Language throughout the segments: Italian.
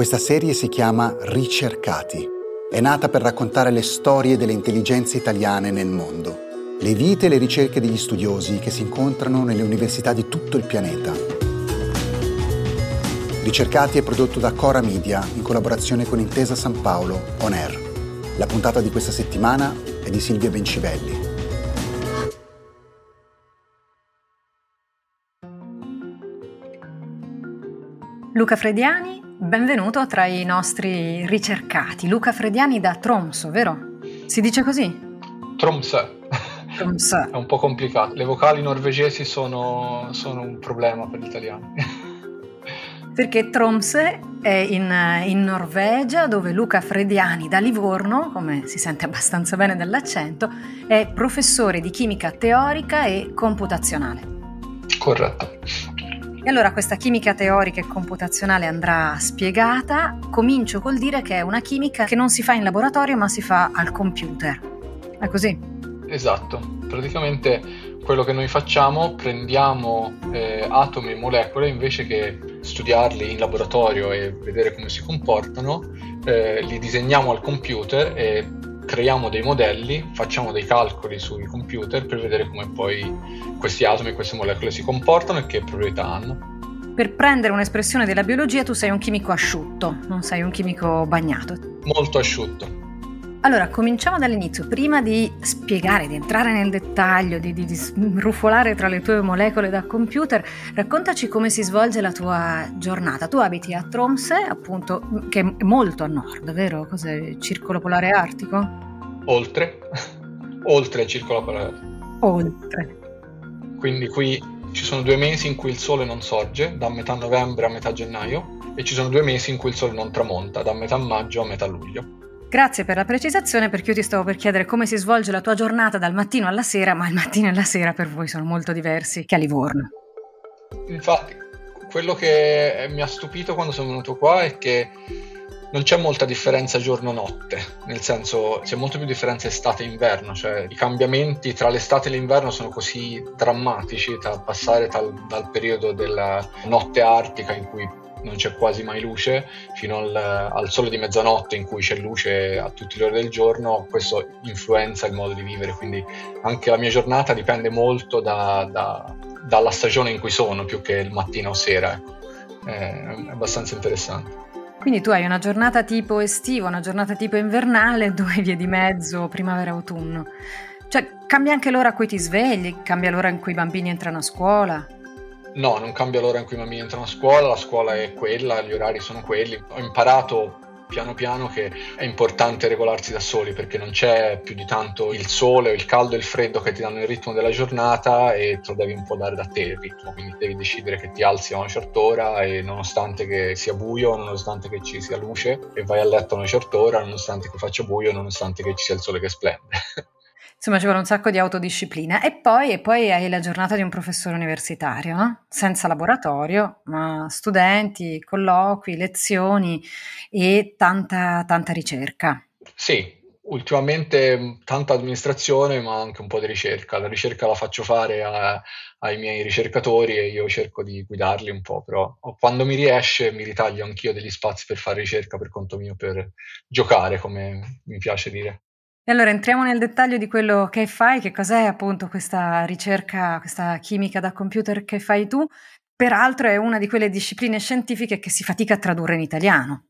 Questa serie si chiama Ricercati. È nata per raccontare le storie delle intelligenze italiane nel mondo, le vite e le ricerche degli studiosi che si incontrano nelle università di tutto il pianeta. Ricercati è prodotto da Cora Media in collaborazione con Intesa San Paolo On Air. La puntata di questa settimana è di Silvia Bencivelli. Luca Frediani, benvenuto tra i nostri ricercati. Luca Frediani da Tromsø, vero? Si dice così? Tromsø. Tromsø. È un po' complicato. Le vocali norvegesi sono un problema per gli italiani. Perché Tromsø è in Norvegia, dove Luca Frediani da Livorno, come si sente abbastanza bene dall'accento, è professore di chimica teorica e computazionale. Corretto. E allora questa chimica teorica e computazionale andrà spiegata. Comincio col dire che è una chimica che non si fa in laboratorio ma si fa al computer. È così? Esatto. Praticamente quello che noi facciamo, prendiamo atomi e molecole, invece che studiarli in laboratorio e vedere come si comportano, li disegniamo al computer e creiamo dei modelli, facciamo dei calcoli sui computer per vedere come poi questi atomi e queste molecole si comportano e che proprietà hanno. Per prendere un'espressione della biologia tu sei un chimico asciutto, non sei un chimico bagnato. Molto asciutto. Allora, cominciamo dall'inizio. Prima di spiegare, di entrare nel dettaglio, di rufolare tra le tue molecole da computer, raccontaci come si svolge la tua giornata. Tu abiti a Tromsø, appunto, che è molto a nord, vero? Cos'è? Circolo polare artico? Oltre il circolo polare artico. Oltre. Quindi qui ci sono 2 mesi in cui il sole non sorge, da metà novembre a metà gennaio, e ci sono 2 mesi in cui il sole non tramonta, da metà maggio a metà luglio. Grazie per la precisazione, perché io ti stavo per chiedere come si svolge la tua giornata dal mattino alla sera, ma il mattino e la sera per voi sono molto diversi che a Livorno. Infatti, quello che mi ha stupito quando sono venuto qua è che non c'è molta differenza giorno-notte, nel senso c'è molto più differenza estate-inverno, cioè i cambiamenti tra l'estate e l'inverno sono così drammatici, passare dal periodo della notte artica in cui non c'è quasi mai luce, fino al sole di mezzanotte in cui c'è luce a tutte le ore del giorno. Questo influenza il modo di vivere, quindi anche la mia giornata dipende molto dalla stagione in cui sono, più che il mattino o sera, ecco. È abbastanza interessante. Quindi tu hai una giornata tipo estivo, una giornata tipo invernale, 2 vie di mezzo, primavera-autunno. Cioè cambia anche l'ora a cui ti svegli, cambia l'ora in cui i bambini entrano a scuola. No, non cambia l'ora in cui i bambini entrano a scuola, la scuola è quella, gli orari sono quelli. Ho imparato piano piano che è importante regolarsi da soli, perché non c'è più di tanto il sole, il caldo e il freddo che ti danno il ritmo della giornata, e te lo devi un po' dare da te il ritmo, quindi devi decidere che ti alzi a una certa ora, e nonostante che sia buio, nonostante che ci sia luce, e vai a letto a una certa ora, nonostante che faccia buio, nonostante che ci sia il sole che splende. Insomma, ci vuole un sacco di autodisciplina. E poi hai la giornata di un professore universitario, no? Senza laboratorio, ma studenti, colloqui, lezioni e tanta ricerca. Sì, ultimamente tanta amministrazione, ma anche un po' di ricerca. La ricerca la faccio fare ai miei ricercatori e io cerco di guidarli un po', però quando mi riesce mi ritaglio anch'io degli spazi per fare ricerca per conto mio, per giocare, come mi piace dire. E allora entriamo nel dettaglio di quello che fai, che cos'è appunto questa ricerca, questa chimica da computer che fai tu. Peraltro è una di quelle discipline scientifiche che si fatica a tradurre in italiano.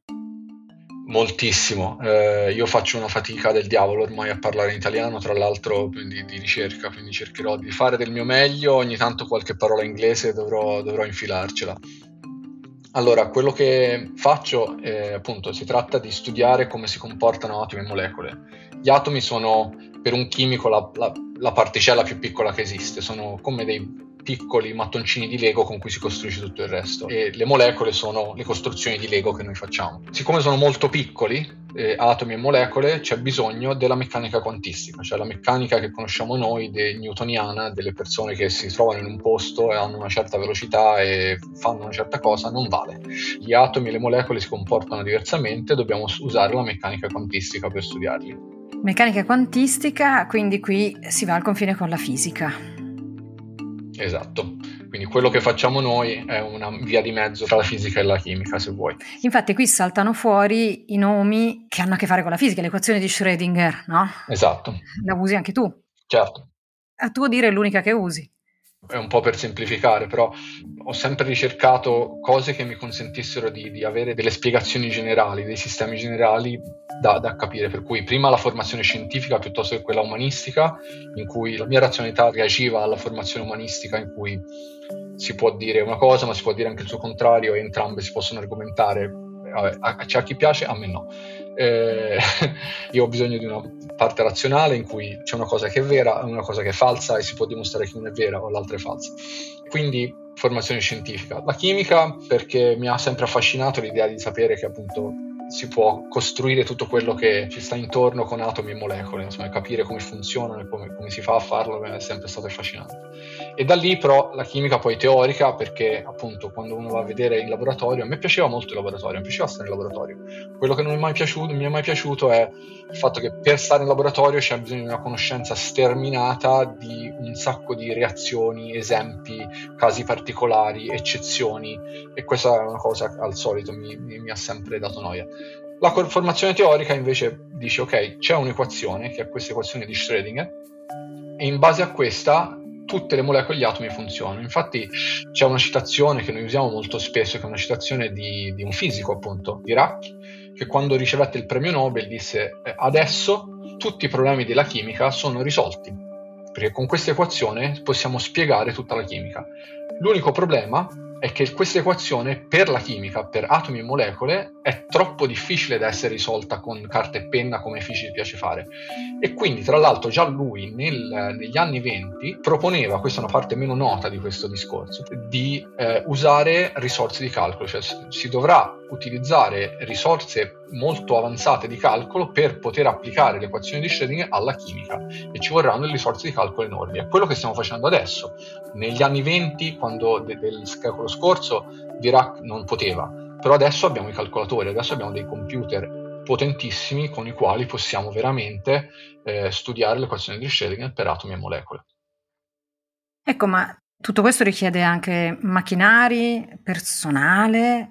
Moltissimo, io faccio una fatica del diavolo ormai a parlare in italiano, tra l'altro di ricerca, quindi cercherò di fare del mio meglio, ogni tanto qualche parola inglese dovrò infilarcela. Allora, quello che faccio appunto si tratta di studiare come si comportano atomi e molecole. Gli atomi sono per un chimico la particella più piccola che esiste, sono come dei piccoli mattoncini di Lego con cui si costruisce tutto il resto, e le molecole sono le costruzioni di Lego che noi facciamo. Siccome sono molto piccoli, atomi e molecole, c'è bisogno della meccanica quantistica, cioè la meccanica che conosciamo noi, newtoniana, delle persone che si trovano in un posto e hanno una certa velocità e fanno una certa cosa, non vale. Gli atomi e le molecole si comportano diversamente, dobbiamo usare la meccanica quantistica per studiarli. Meccanica quantistica, quindi qui si va al confine con la fisica. Esatto. Quindi quello che facciamo noi è una via di mezzo tra la fisica e la chimica, se vuoi. Infatti qui saltano fuori i nomi che hanno a che fare con la fisica, l'equazione di Schrödinger, no? Esatto. La usi anche tu? Certo. A tuo dire è l'unica che usi. È un po' per semplificare, però ho sempre ricercato cose che mi consentissero di avere delle spiegazioni generali, dei sistemi generali da capire, per cui prima la formazione scientifica piuttosto che quella umanistica, in cui la mia razionalità reagiva alla formazione umanistica, in cui si può dire una cosa ma si può dire anche il suo contrario e entrambe si possono argomentare. C'è a chi piace, a me no. Io ho bisogno di una parte razionale in cui c'è una cosa che è vera e una cosa che è falsa e si può dimostrare che una è vera o l'altra è falsa. Quindi formazione scientifica. La chimica, perché mi ha sempre affascinato l'idea di sapere che appunto si può costruire tutto quello che ci sta intorno con atomi e molecole, insomma, capire come funzionano e come si fa a farlo è sempre stato affascinante. E da lì però la chimica poi teorica, perché appunto quando uno va a vedere il laboratorio, a me piaceva molto il laboratorio, mi piaceva stare in laboratorio. Quello che non mi è mai piaciuto è il fatto che per stare in laboratorio c'è bisogno di una conoscenza sterminata di un sacco di reazioni, esempi, casi particolari, eccezioni, e questa è una cosa che al solito mi ha sempre dato noia. La formazione teorica invece dice ok, c'è un'equazione che è questa equazione di Schrödinger e in base a questa tutte le molecole e gli atomi funzionano. Infatti c'è una citazione che noi usiamo molto spesso, che è una citazione di un fisico appunto, Dirac, che quando ricevette il premio Nobel disse adesso tutti i problemi della chimica sono risolti, perché con questa equazione possiamo spiegare tutta la chimica. L'unico problema è che questa equazione per la chimica, per atomi e molecole, è troppo difficile da essere risolta con carta e penna come Fici piace fare. E quindi, tra l'altro, già lui negli anni 20 proponeva, questa è una parte meno nota di questo discorso, di usare risorse di calcolo, cioè si dovrà utilizzare risorse molto avanzate di calcolo per poter applicare l'equazione di Schrödinger alla chimica e ci vorranno delle risorse di calcolo enormi. È quello che stiamo facendo adesso. Negli anni 20, quando del secolo scorso, Dirac non poteva, però adesso abbiamo i calcolatori, adesso abbiamo dei computer potentissimi con i quali possiamo veramente studiare l'equazione di Schrödinger per atomi e molecole. Ecco, ma tutto questo richiede anche macchinari, personale,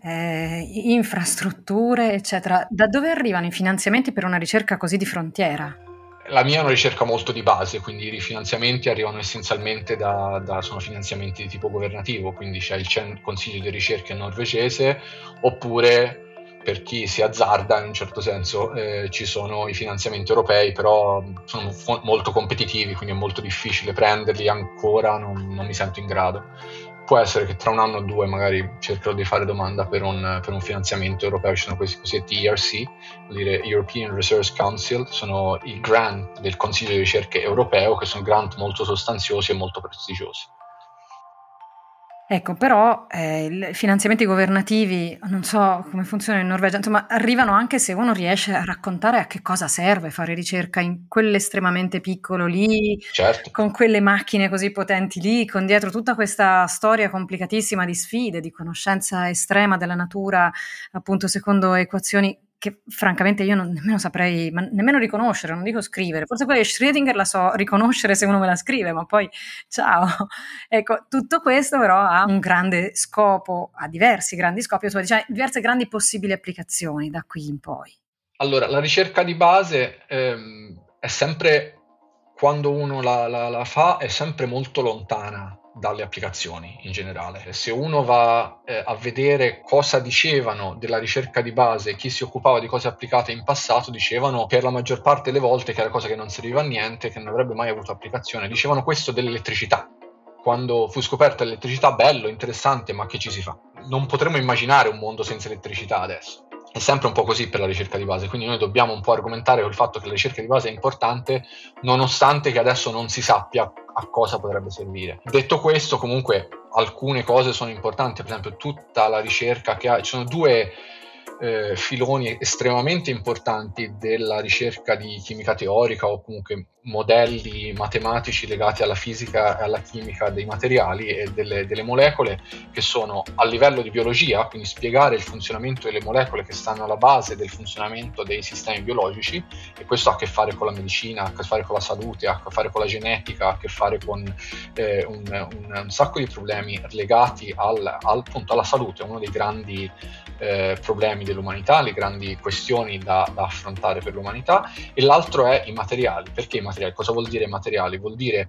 infrastrutture, eccetera. Da dove arrivano i finanziamenti per una ricerca così di frontiera? La mia è una ricerca molto di base, quindi i finanziamenti arrivano essenzialmente sono finanziamenti di tipo governativo, quindi c'è il Consiglio di ricerca norvegese, oppure per chi si azzarda in un certo senso ci sono i finanziamenti europei, però sono molto competitivi, quindi è molto difficile prenderli ancora, non mi sento in grado. Può essere che tra un anno o due magari cercherò di fare domanda per un finanziamento europeo. Ci sono questi cosiddetti ERC, vuol dire European Research Council, sono i grant del Consiglio di ricerca europeo, che sono grant molto sostanziosi e molto prestigiosi. Ecco, però i finanziamenti governativi, non so come funziona in Norvegia, insomma, arrivano anche se uno riesce a raccontare a che cosa serve fare ricerca in quell'estremamente piccolo lì, certo, con quelle macchine così potenti lì, con dietro tutta questa storia complicatissima di sfide, di conoscenza estrema della natura, appunto secondo equazioni che francamente io nemmeno saprei, ma nemmeno riconoscere, non dico scrivere. Forse quella di Schrödinger la so riconoscere se uno me la scrive, ma poi ciao. Ecco, tutto questo però ha un grande scopo, ha diversi grandi scopi, insomma, diciamo, diverse grandi possibili applicazioni da qui in poi. Allora, la ricerca di base è sempre, quando uno la fa, è sempre molto lontana dalle applicazioni in generale. Se uno va a vedere cosa dicevano della ricerca di base, chi si occupava di cose applicate in passato, dicevano per la maggior parte delle volte che era cosa che non serviva a niente, che non avrebbe mai avuto applicazione. Dicevano questo dell'elettricità. Quando fu scoperta l'elettricità, bello, interessante, ma che ci si fa? Non potremmo immaginare un mondo senza elettricità adesso. È sempre un po' così per la ricerca di base, quindi noi dobbiamo un po' argomentare col fatto che la ricerca di base è importante, nonostante che adesso non si sappia a cosa potrebbe servire. Detto questo, comunque alcune cose sono importanti, per esempio tutta la ricerca che ha, ci sono due filoni estremamente importanti della ricerca di chimica teorica o comunque modelli matematici legati alla fisica e alla chimica dei materiali e delle molecole, che sono a livello di biologia, quindi spiegare il funzionamento delle molecole che stanno alla base del funzionamento dei sistemi biologici, e questo ha a che fare con la medicina, ha a che fare con la salute, ha a che fare con la genetica, ha a che fare con un sacco di problemi legati appunto alla salute, uno dei grandi problemi dell'umanità, le grandi questioni da affrontare per l'umanità. E l'altro è i materiali. Perché i materiali? Cosa vuol dire materiali? Vuol dire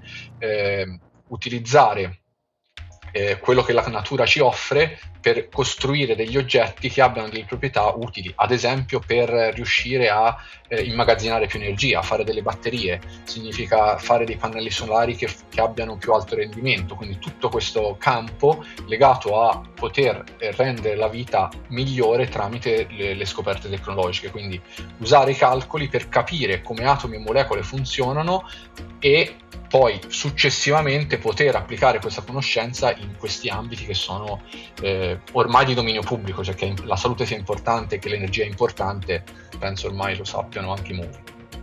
utilizzare quello che la natura ci offre per costruire degli oggetti che abbiano delle proprietà utili, ad esempio per riuscire a immagazzinare più energia, fare delle batterie, significa fare dei pannelli solari che abbiano più alto rendimento, quindi tutto questo campo legato a poter rendere la vita migliore tramite le scoperte tecnologiche, quindi usare i calcoli per capire come atomi e molecole funzionano e poi successivamente poter applicare questa conoscenza in questi ambiti che sono ormai di dominio pubblico, cioè che la salute sia importante, che l'energia è importante, penso ormai lo sappiano anche i muri.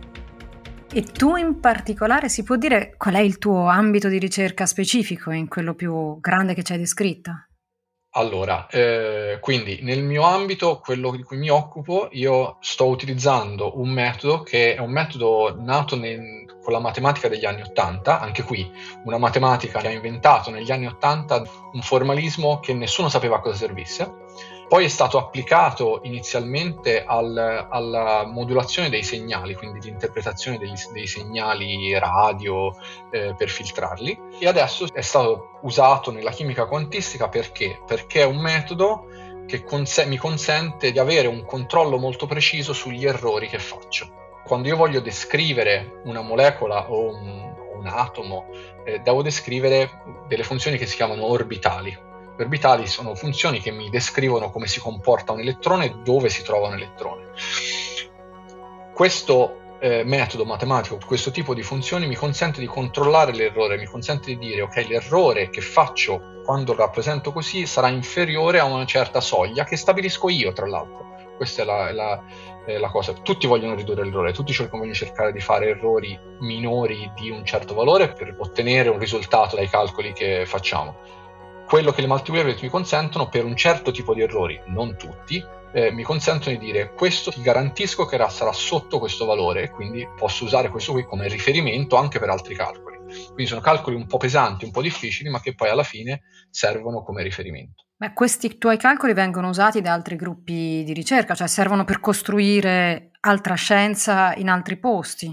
E tu in particolare, si può dire qual è il tuo ambito di ricerca specifico in quello più grande che ci hai descritto? Allora, quindi nel mio ambito, quello di cui mi occupo, io sto utilizzando un metodo che è un metodo nato con la matematica degli anni '80, anche qui una matematica che ha inventato negli anni '80 un formalismo che nessuno sapeva a cosa servisse. Poi è stato applicato inizialmente alla modulazione dei segnali, quindi l'interpretazione dei segnali radio per filtrarli, e adesso è stato usato nella chimica quantistica perché è un metodo che mi consente di avere un controllo molto preciso sugli errori che faccio. Quando io voglio descrivere una molecola o un atomo, devo descrivere delle funzioni che si chiamano orbitali. Le orbitali sono funzioni che mi descrivono come si comporta un elettrone e dove si trova un elettrone. Questo metodo matematico, questo tipo di funzioni mi consente di controllare l'errore, mi consente di dire ok, l'errore che faccio quando lo rappresento così sarà inferiore a una certa soglia che stabilisco io, tra l'altro. Questa è la cosa. Tutti vogliono ridurre l'errore, tutti vogliono cercare di fare errori minori di un certo valore per ottenere un risultato dai calcoli che facciamo. Quello che le multivariate mi consentono per un certo tipo di errori, non tutti, mi consentono di dire questo ti garantisco che sarà sotto questo valore e quindi posso usare questo qui come riferimento anche per altri calcoli. Quindi sono calcoli un po' pesanti, un po' difficili, ma che poi alla fine servono come riferimento. Ma questi tuoi calcoli vengono usati da altri gruppi di ricerca, cioè servono per costruire altra scienza in altri posti?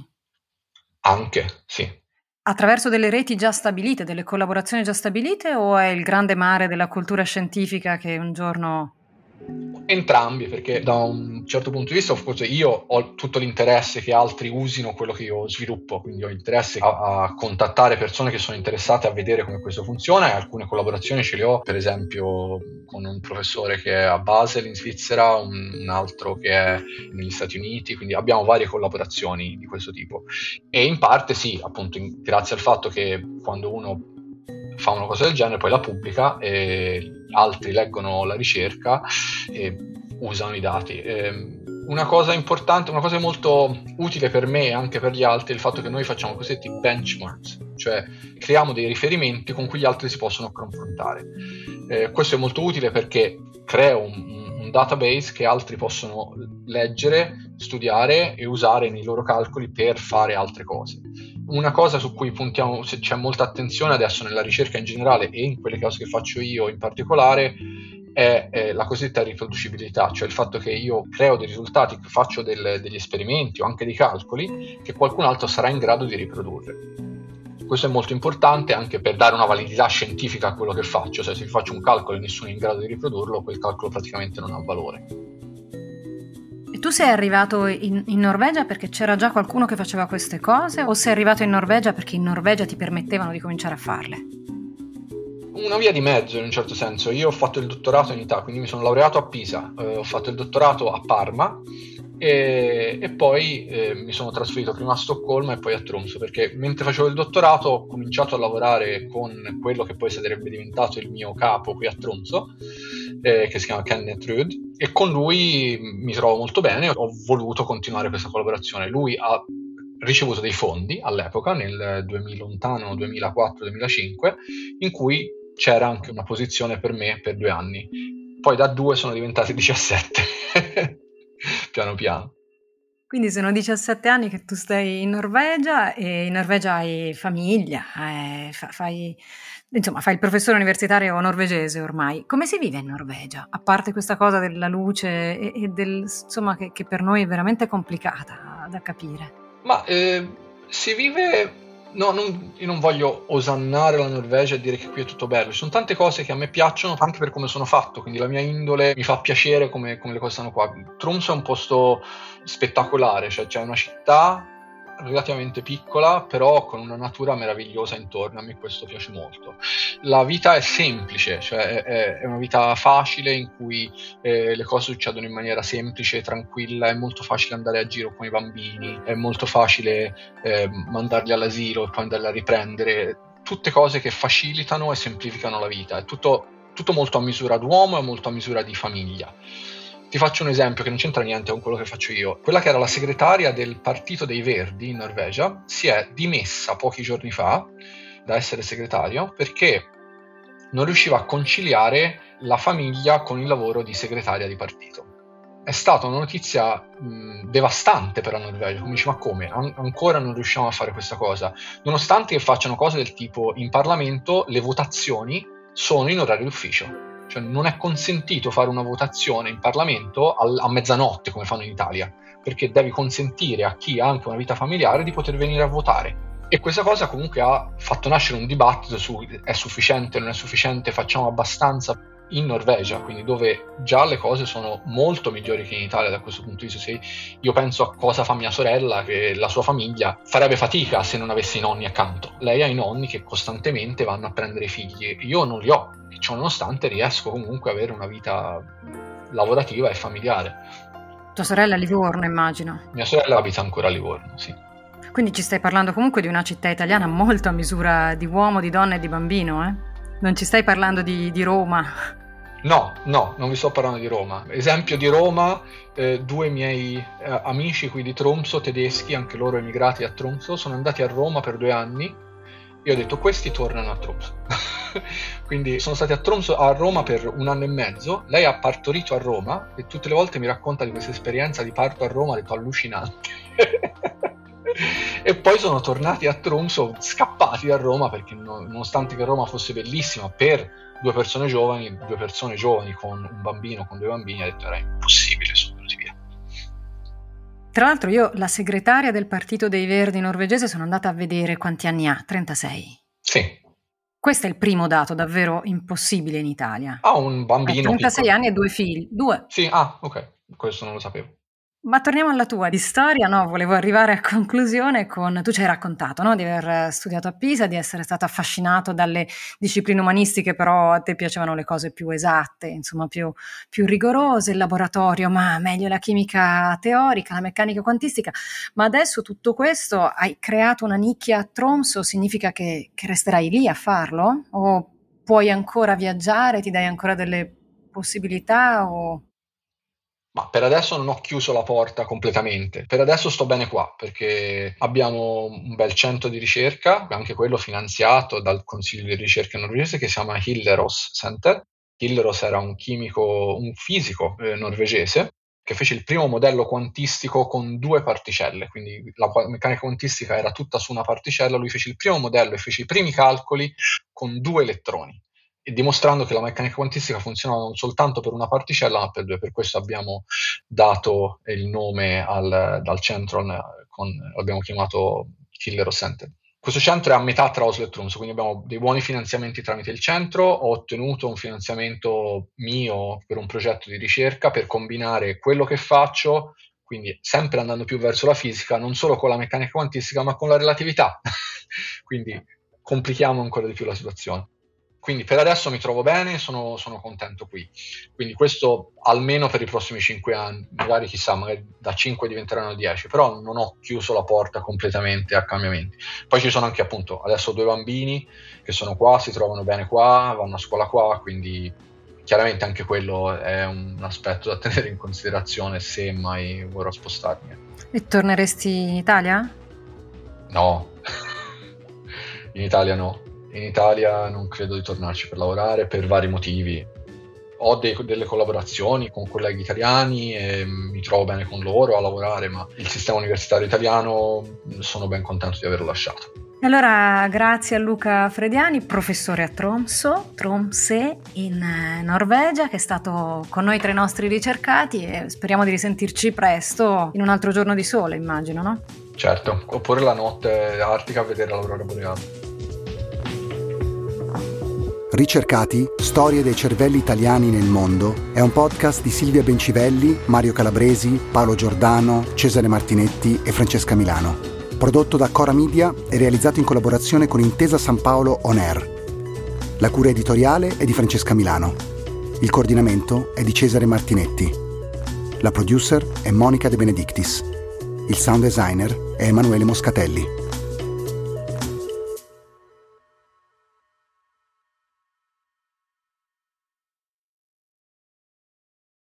Anche, sì. Attraverso delle reti già stabilite, delle collaborazioni già stabilite, o è il grande mare della cultura scientifica che un giorno... Entrambi, perché da un certo punto di vista io ho tutto l'interesse che altri usino quello che io sviluppo, quindi ho interesse a contattare persone che sono interessate a vedere come questo funziona, e alcune collaborazioni ce le ho, per esempio con un professore che è a Basel in Svizzera, un altro che è negli Stati Uniti, quindi abbiamo varie collaborazioni di questo tipo. E in parte sì, appunto grazie al fatto che quando uno fa una cosa del genere poi la pubblica e altri leggono la ricerca e usano i dati. Una cosa importante, una cosa molto utile per me e anche per gli altri è il fatto che noi facciamo cosiddetti benchmarks, cioè creiamo dei riferimenti con cui gli altri si possono confrontare. Questo è molto utile perché creo un database che altri possono leggere, studiare e usare nei loro calcoli per fare altre cose. Una cosa su cui puntiamo, c'è molta attenzione adesso nella ricerca in generale e in quelle cose che faccio io in particolare, è la cosiddetta riproducibilità, cioè il fatto che io creo dei risultati, faccio degli esperimenti o anche dei calcoli che qualcun altro sarà in grado di riprodurre. Questo è molto importante anche per dare una validità scientifica a quello che faccio, cioè se faccio un calcolo e nessuno è in grado di riprodurlo, quel calcolo praticamente non ha valore. E tu sei arrivato in Norvegia perché c'era già qualcuno che faceva queste cose, o sei arrivato in Norvegia perché in Norvegia ti permettevano di cominciare a farle? Una via di mezzo in un certo senso. Io ho fatto il dottorato in Italia, quindi mi sono laureato a Pisa, ho fatto il dottorato a Parma e poi mi sono trasferito prima a Stoccolma e poi a Tromsø, perché mentre facevo il dottorato ho cominciato a lavorare con quello che poi sarebbe diventato il mio capo qui a Tromsø, che si chiama Kenneth Rud, e con lui mi trovo molto bene. Ho voluto continuare questa collaborazione. Lui ha ricevuto dei fondi all'epoca, nel 2004-2005, in cui c'era anche una posizione per me per 2 anni. Poi da 2 sono diventati 17, piano piano. Quindi sono 17 anni che tu stai in Norvegia, e in Norvegia hai famiglia, fai il professore universitario norvegese ormai. Come si vive in Norvegia? A parte questa cosa della luce e insomma, che per noi è veramente complicata da capire. Ma si vive... No, io non voglio osannare la Norvegia e dire che qui è tutto bello. Ci sono tante cose che a me piacciono anche per come sono fatto, quindi la mia indole mi fa piacere come le cose stanno qua. Tromsø è un posto spettacolare, cioè c'è una città relativamente piccola, però con una natura meravigliosa intorno. A me questo piace molto. La vita è semplice, cioè è una vita facile in cui le cose succedono in maniera semplice, tranquilla. È molto facile andare a giro con i bambini, è molto facile mandarli all'asilo e poi andarli a riprendere. Tutte cose che facilitano e semplificano la vita. È tutto molto a misura d'uomo e molto a misura di famiglia. Ti faccio un esempio che non c'entra niente con quello che faccio io. Quella che era la segretaria del Partito dei Verdi in Norvegia si è dimessa pochi giorni fa da essere segretario perché non riusciva a conciliare la famiglia con il lavoro di segretaria di partito. È stata una notizia devastante per la Norvegia. Come dice, ma come? Ancora non riusciamo a fare questa cosa? Nonostante che facciano cose del tipo, in Parlamento le votazioni sono in orario d'ufficio. Cioè non è consentito fare una votazione in Parlamento a mezzanotte come fanno in Italia, perché devi consentire a chi ha anche una vita familiare di poter venire a votare. E questa cosa comunque ha fatto nascere un dibattito su è sufficiente, non è sufficiente, facciamo abbastanza in Norvegia, quindi dove già le cose sono molto migliori che in Italia da questo punto di vista. Se io penso a cosa fa mia sorella, che la sua famiglia farebbe fatica se non avesse i nonni accanto. Lei ha i nonni che costantemente vanno a prendere i figli, io non li ho, ciò nonostante riesco comunque ad avere una vita lavorativa e familiare. Tua sorella a Livorno, immagino. Mia sorella abita ancora a Livorno, sì. Quindi ci stai parlando comunque di una città italiana molto a misura di uomo, di donna e di bambino, eh? Non ci stai parlando di Roma? No, non vi sto parlando di Roma. Esempio di Roma, 2 miei amici qui di Tromsø, tedeschi, anche loro emigrati a Tromsø, sono andati a Roma per 2 anni e ho detto questi tornano a Tromsø. Quindi sono stati a Roma per 1 anno e mezzo. Lei ha partorito a Roma e tutte le volte mi racconta di questa esperienza di parto a Roma, ho detto allucinante. E poi sono tornati a Tromsø, scappati da Roma, perché nonostante che Roma fosse bellissima per 2 persone giovani con un bambino, con 2 bambini, ha detto era impossibile, sono venuti via. Tra l'altro io, la segretaria del Partito dei Verdi norvegese, sono andata a vedere quanti anni ha, 36. Sì. Questo è il primo dato davvero impossibile in Italia. Ha un bambino 36 piccolo. anni e 2 figli. 2. Sì, ok, questo non lo sapevo. Ma torniamo alla tua di storia, no? Volevo arrivare a conclusione con... Tu ci hai raccontato, no? Di aver studiato a Pisa, di essere stato affascinato dalle discipline umanistiche, però a te piacevano le cose più esatte, insomma più rigorose, il laboratorio, ma meglio la chimica teorica, la meccanica quantistica. Ma adesso tutto questo, hai creato una nicchia a Tromsø, significa che resterai lì a farlo? O puoi ancora viaggiare, ti dai ancora delle possibilità o... Ma per adesso non ho chiuso la porta completamente. Per adesso sto bene qua, perché abbiamo un bel centro di ricerca, anche quello finanziato dal Consiglio di ricerca norvegese, che si chiama Hilleros Center. Hilleros era un fisico norvegese, che fece il primo modello quantistico con 2 particelle, quindi la meccanica quantistica era tutta su una particella, lui fece il primo modello e fece i primi calcoli con 2 elettroni. E dimostrando che la meccanica quantistica funzionava non soltanto per una particella ma per 2. Per questo abbiamo dato il nome dal centro, l'abbiamo chiamato Hilleros Center. Questo centro è a metà tra Oslo e Tromsø, quindi abbiamo dei buoni finanziamenti tramite il centro. Ho ottenuto un finanziamento mio per un progetto di ricerca per combinare quello che faccio, quindi sempre andando più verso la fisica, non solo con la meccanica quantistica ma con la relatività. Quindi complichiamo ancora di più la situazione. quindi per adesso mi trovo bene, sono contento qui. Quindi questo almeno per i prossimi 5 anni, magari chissà, magari da 5 diventeranno 10, però non ho chiuso la porta completamente a cambiamenti. Poi ci sono anche appunto adesso 2 bambini che sono qua, si trovano bene qua, vanno a scuola qua, quindi chiaramente anche quello è un aspetto da tenere in considerazione se mai vorrò spostarmi. E torneresti in Italia? No, in Italia no. In Italia non credo di tornarci per lavorare per vari motivi. Ho delle collaborazioni con colleghi italiani e mi trovo bene con loro a lavorare, ma il sistema universitario italiano sono ben contento di averlo lasciato. E allora grazie a Luca Frediani, professore a Tromsø in Norvegia, che è stato con noi tra i nostri ricercati, e speriamo di risentirci presto in un altro giorno di sole, immagino, no? Certo, oppure la notte artica a vedere l'aurora boreale. Ricercati, storie dei cervelli italiani nel mondo è un podcast di Silvia Bencivelli, Mario Calabresi, Paolo Giordano, Cesare Martinetti e Francesca Milano. Prodotto da Cora Media e realizzato in collaborazione con Intesa San Paolo On Air. La cura editoriale è di Francesca Milano. Il coordinamento è di Cesare Martinetti. La producer è Monica De Benedictis. Il sound designer è Emanuele Moscatelli.